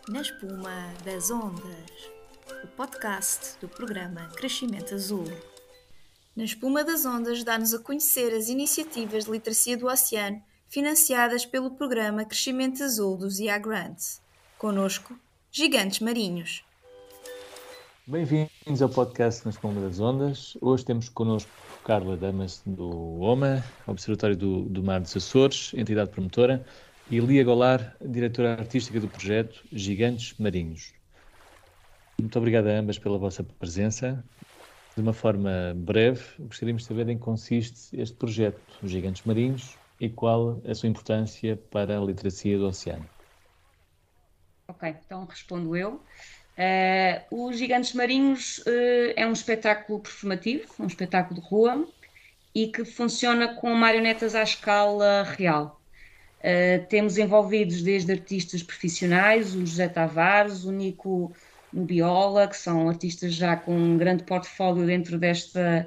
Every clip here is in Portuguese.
Na espuma das ondas, o podcast do programa Crescimento Azul. Na espuma das ondas dá-nos a conhecer as iniciativas de literacia do oceano financiadas pelo programa Crescimento Azul do Zia Grant. Conosco, gigantes marinhos. Bem-vindos ao podcast Na Espuma das Ondas. Hoje temos connosco Carla Damas do OMA, Observatório do Mar dos Açores, entidade promotora, e Lia Golar, diretora artística do projeto Gigantes Marinhos. Muito obrigado a ambas pela vossa presença. De uma forma breve, gostaríamos de saber em que consiste este projeto, Gigantes Marinhos, e qual a sua importância para a literacia do oceano. Ok, então respondo eu. Os Gigantes Marinhos é um espetáculo performativo, um espetáculo de rua e que funciona com marionetas à escala real. Temos envolvidos desde artistas profissionais, o José Tavares, o Nico Nubiola, que são artistas já com um grande portfólio dentro desta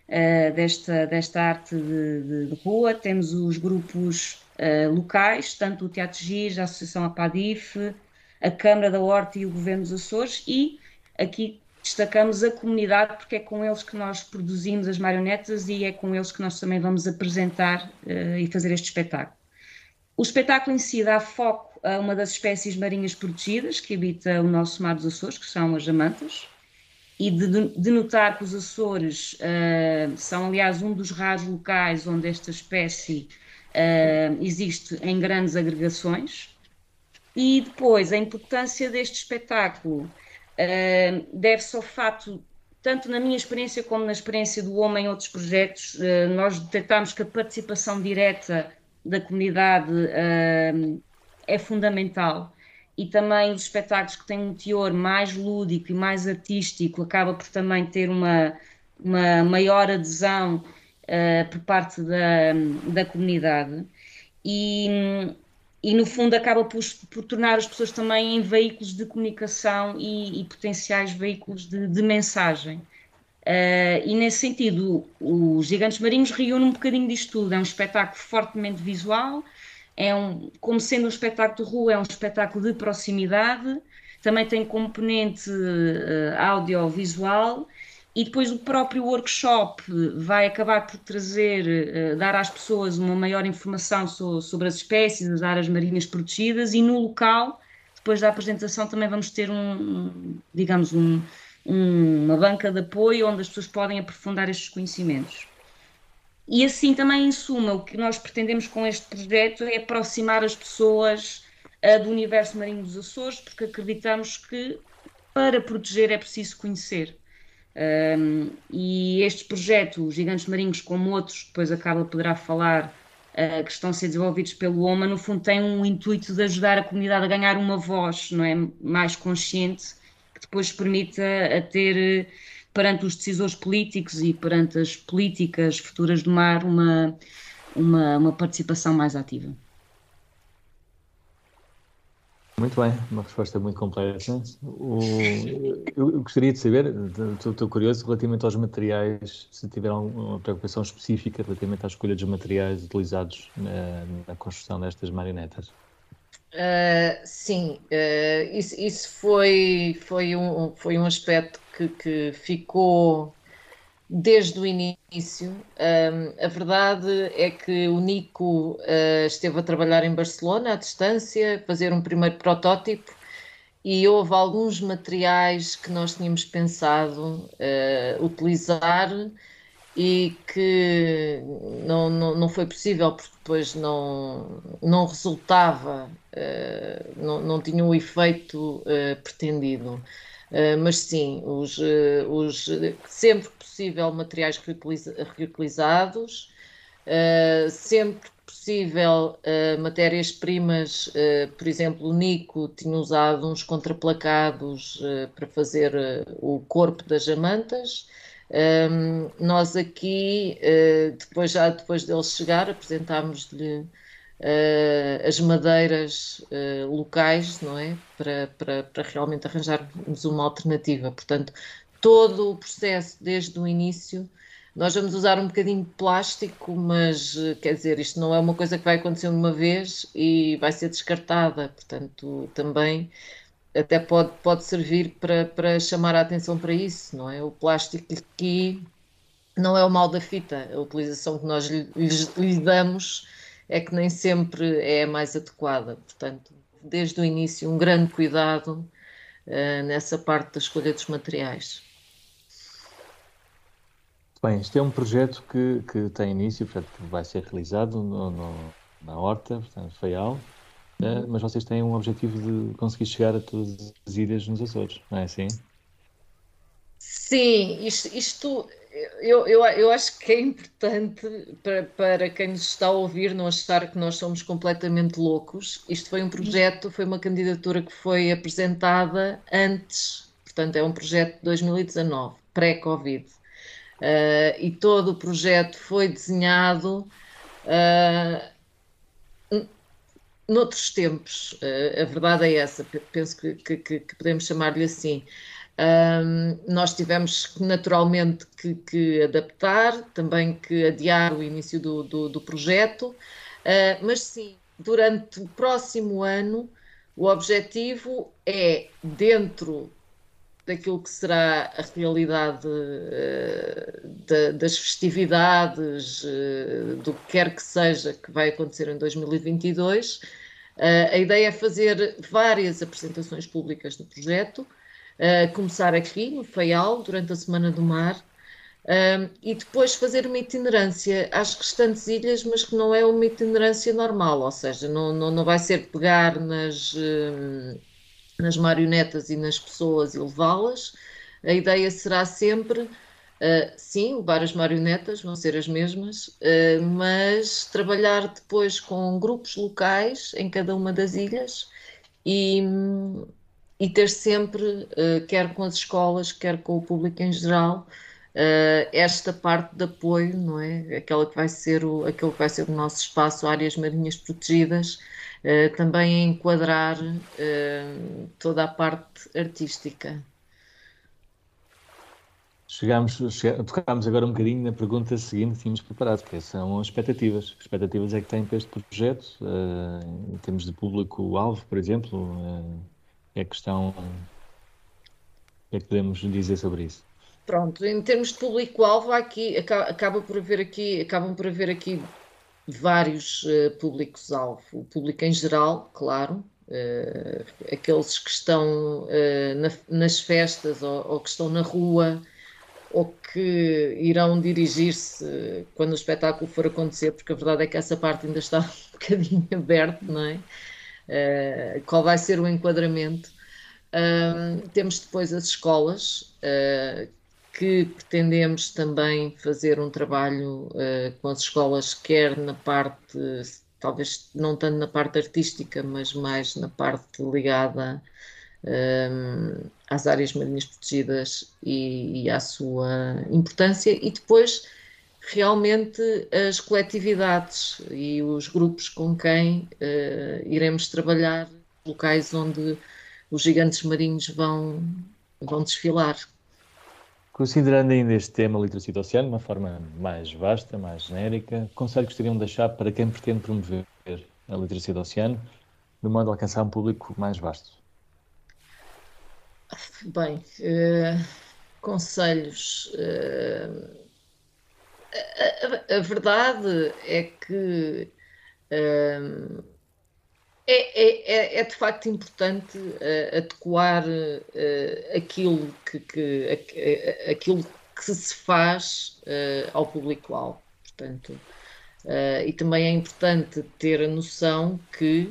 arte de rua. Temos os grupos locais, tanto o Teatro Giz, a Associação Apadife, a Câmara da Horta e o Governo dos Açores, e aqui destacamos a comunidade, porque é com eles que nós produzimos as marionetas e é com eles que nós também vamos apresentar e fazer este espetáculo. O espetáculo em si dá foco a uma das espécies marinhas protegidas que habita o nosso mar dos Açores, que são as jamantas, e de notar que os Açores são, aliás, um dos raros locais onde esta espécie existe em grandes agregações. E depois, a importância deste espetáculo deve-se ao fato, tanto na minha experiência como na experiência do OMA em outros projetos, nós detectámos que a participação direta da comunidade é fundamental, e também os espetáculos que têm um teor mais lúdico e mais artístico acaba por também ter uma maior adesão por parte da comunidade. E no fundo acaba por tornar as pessoas também em veículos de comunicação e potenciais veículos de mensagem. E nesse sentido, os Gigantes Marinhos reúnem um bocadinho disto tudo. É um espetáculo fortemente visual, como sendo um espetáculo de rua, é um espetáculo de proximidade, também tem componente audiovisual, e depois o próprio workshop vai acabar por dar às pessoas uma maior informação sobre as espécies, as áreas marinhas protegidas, e no local, depois da apresentação, também vamos ter uma banca de apoio onde as pessoas podem aprofundar estes conhecimentos. E assim também, em suma, o que nós pretendemos com este projeto é aproximar as pessoas do universo marinho dos Açores, porque acreditamos que para proteger é preciso conhecer. E este projeto, os Gigantes Marinhos, como outros, depois a Carla poderá falar, que estão a ser desenvolvidos pelo OMA, no fundo tem um intuito de ajudar a comunidade a ganhar uma voz, não é, mais consciente, que depois permita a ter, perante os decisores políticos e perante as políticas futuras do mar, uma participação mais ativa. Muito bem, uma resposta muito completa. Eu gostaria de saber, estou curioso, relativamente aos materiais, se tiveram uma preocupação específica relativamente à escolha dos materiais utilizados na construção destas marionetas. Sim, isso foi um aspecto que ficou desde o início. A verdade é que o Nico esteve a trabalhar em Barcelona à distância, fazer um primeiro protótipo, e houve alguns materiais que nós tínhamos pensado utilizar e que não foi possível porque depois não resultava, não tinha o efeito pretendido. Mas sim, sempre que possível materiais reutilizados, sempre que possível matérias-primas, por exemplo, o Nico tinha usado uns contraplacados para fazer o corpo das jamantas. Nós aqui, depois dele chegar, apresentámos-lhe as madeiras locais, não é? Para realmente arranjarmos uma alternativa. Portanto, todo o processo desde o início, nós vamos usar um bocadinho de plástico, mas quer dizer, isto não é uma coisa que vai acontecer uma vez e vai ser descartada. Portanto, também até pode servir para chamar a atenção para isso, não é? O plástico aqui não é o mal da fita, a utilização que nós lhe damos é que nem sempre é a mais adequada. Portanto, desde o início, um grande cuidado nessa parte da escolha dos materiais. Bem, este é um projeto que tem início, portanto, vai ser realizado na Horta, portanto, Faial, mas vocês têm um objetivo de conseguir chegar a todas as ilhas nos Açores, não é assim? Sim, isto eu acho que é importante para quem nos está a ouvir não achar que nós somos completamente loucos. Isto foi um projeto, foi uma candidatura que foi apresentada antes, portanto, é um projeto de 2019, pré-Covid. E todo o projeto foi desenhado noutros tempos. A verdade é essa, penso que podemos chamar-lhe assim. Nós tivemos naturalmente que adaptar, também que adiar o início do projeto, mas sim, durante o próximo ano, o objetivo é, dentro daquilo que será a realidade das festividades, do que quer que seja que vai acontecer em 2022, a ideia é fazer várias apresentações públicas do projeto, começar aqui no Faial, durante a Semana do Mar, e depois fazer uma itinerância às restantes ilhas, mas que não é uma itinerância normal, ou seja, não vai ser pegar nas marionetas e nas pessoas e levá-las. A ideia será sempre, sim, levar as marionetas, vão ser as mesmas, mas trabalhar depois com grupos locais em cada uma das ilhas e ter sempre, quer com as escolas, quer com o público em geral, esta parte de apoio, não é? Aquele que vai ser o nosso espaço, áreas marinhas protegidas, também a enquadrar toda a parte artística. Tocámos agora um bocadinho na pergunta seguinte que tínhamos preparado, que são as expectativas. Que expectativas é que têm para este projeto, em termos de público-alvo, por exemplo? É questão... O que é que podemos dizer sobre isso? Pronto, em termos de público-alvo, acabam por haver aqui vários públicos-alvo. O público em geral, claro, aqueles que estão nas festas ou que estão na rua ou que irão dirigir-se quando o espetáculo for acontecer, porque a verdade é que essa parte ainda está um bocadinho aberta, não é? Qual vai ser o enquadramento? Temos depois as escolas, que pretendemos também fazer um trabalho com as escolas, quer na parte, talvez não tanto na parte artística, mas mais na parte ligada às áreas marinhas protegidas e à sua importância, e depois realmente as coletividades e os grupos com quem iremos trabalhar, locais onde os gigantes marinhos vão desfilar. Considerando ainda este tema literacia do oceano de uma forma mais vasta, mais genérica, que conselho gostariam de deixar para quem pretende promover a literacia do oceano de modo a alcançar um público mais vasto? Bem, conselhos. A verdade é que é de facto importante adequar aquilo que se faz ao público-alvo. Portanto, e também é importante ter a noção que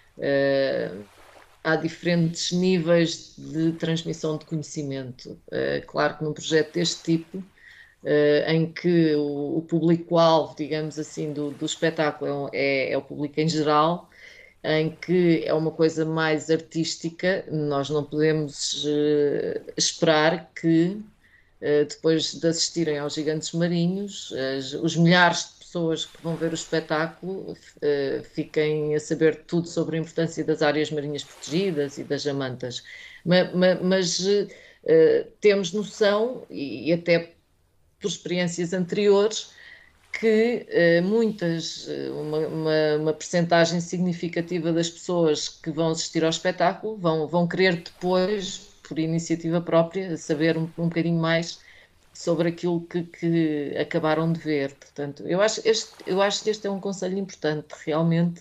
há diferentes níveis de transmissão de conhecimento. Claro que num projeto deste tipo, em que o público-alvo, digamos assim, do espetáculo é o público em geral, em que é uma coisa mais artística, nós não podemos esperar que, depois de assistirem aos Gigantes Marinhos, os milhares de pessoas que vão ver o espetáculo fiquem a saber tudo sobre a importância das áreas marinhas protegidas e das jamantas. Mas temos noção, e até por experiências anteriores, que uma percentagem significativa das pessoas que vão assistir ao espetáculo vão querer depois, por iniciativa própria, saber um bocadinho mais sobre aquilo que acabaram de ver. Portanto, eu acho que este é um conselho importante, realmente,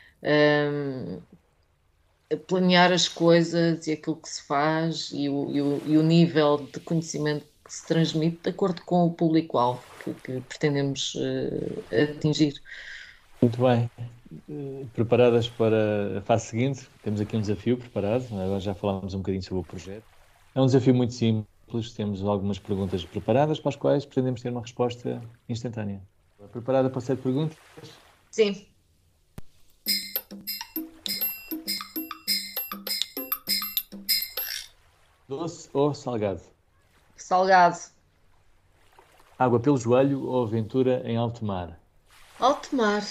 planear as coisas e aquilo que se faz e o nível de conhecimento que se transmite de acordo com o público-alvo que pretendemos atingir. Muito bem. Preparadas para a fase seguinte? Temos aqui um desafio preparado. Agora já falámos um bocadinho sobre o projeto. É um desafio muito simples. Temos algumas perguntas preparadas para as quais pretendemos ter uma resposta instantânea. Preparada para 7 perguntas? Sim. Doce ou salgado? Salgado. Água pelo joelho ou aventura em alto mar? Alto mar.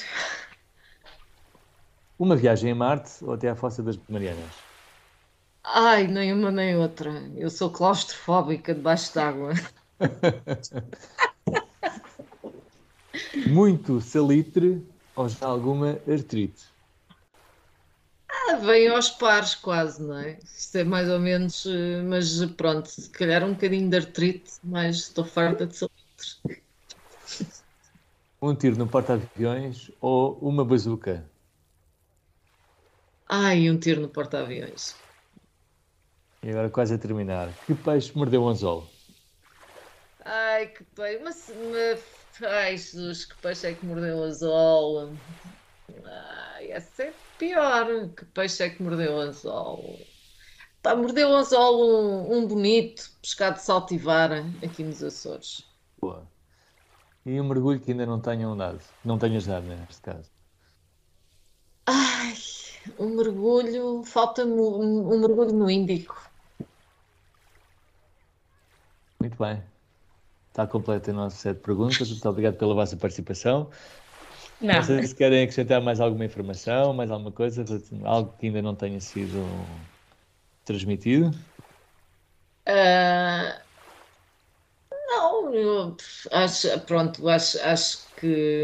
Uma viagem a Marte ou até à Fossa das Marianas? Ai, nem uma nem outra. Eu sou claustrofóbica debaixo d'água. Muito salitre ou já alguma artrite? Vem aos pares quase, não é? Isto é mais ou menos, mas pronto, se calhar um bocadinho de artrite, mas estou farta de salitre. Um tiro no porta-aviões ou uma bazuca? Ai, um tiro no porta-aviões. E agora quase a terminar. Que peixe mordeu o anzol? Ai, que peixe. Ai, Jesus, que peixe é que mordeu o anzol? Ai, essa é pior. Que peixe é que mordeu o anzol? Pá, mordeu o anzol um bonito pescado de saltivara aqui nos Açores. Boa. E um mergulho que ainda não tenham dado. Não tenhas dado, neste caso. Ai, um mergulho. Falta-me um mergulho no Índico. Muito bem. Está completa a nossa 7 perguntas. Muito obrigado pela vossa participação. Não sei se querem acrescentar mais alguma informação, mais alguma coisa, algo que ainda não tenha sido transmitido. Não, eu acho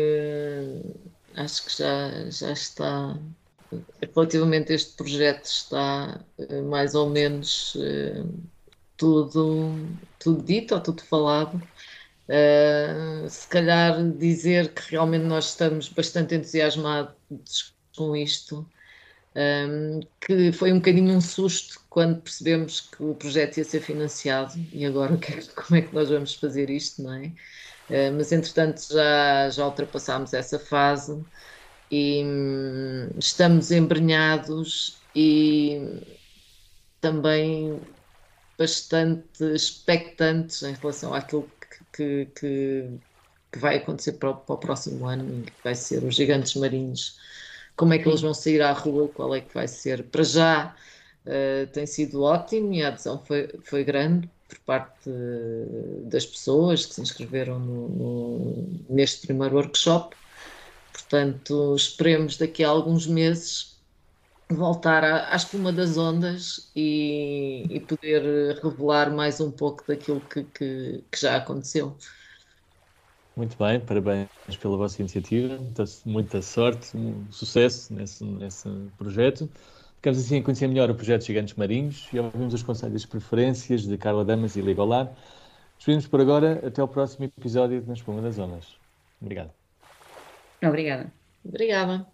que já está. Relativamente a este projeto está mais ou menos tudo dito ou tudo falado. Se calhar dizer que realmente nós estamos bastante entusiasmados com isto, que foi um bocadinho um susto quando percebemos que o projeto ia ser financiado e agora como é que nós vamos fazer isto, não é? Mas entretanto já ultrapassámos essa fase e estamos embrenhados e também bastante expectantes em relação àquilo que vai acontecer para o próximo ano, que vai ser os gigantes marinhos. Como é que eles vão sair à rua? Qual é que vai ser? Para já tem sido ótimo e a adesão foi grande por parte das pessoas que se inscreveram neste primeiro workshop. Portanto, esperemos daqui a alguns meses voltar à espuma das ondas e poder revelar mais um pouco daquilo que já aconteceu. Muito bem, parabéns pela vossa iniciativa, muita sorte, sucesso nesse projeto. Ficamos assim a conhecer melhor o projeto Gigantes Marinhos e ouvimos os conselhos e preferências de Carla Damas e Liga Golar. Despedimos por agora, até ao próximo episódio de Na Espuma das Ondas. Obrigado. Obrigada. Obrigada.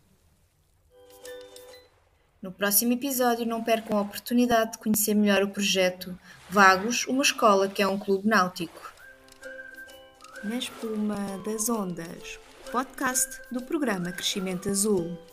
No próximo episódio não percam a oportunidade de conhecer melhor o projeto Vagos, uma escola que é um clube náutico. Na Espuma das Ondas, podcast do programa Crescimento Azul.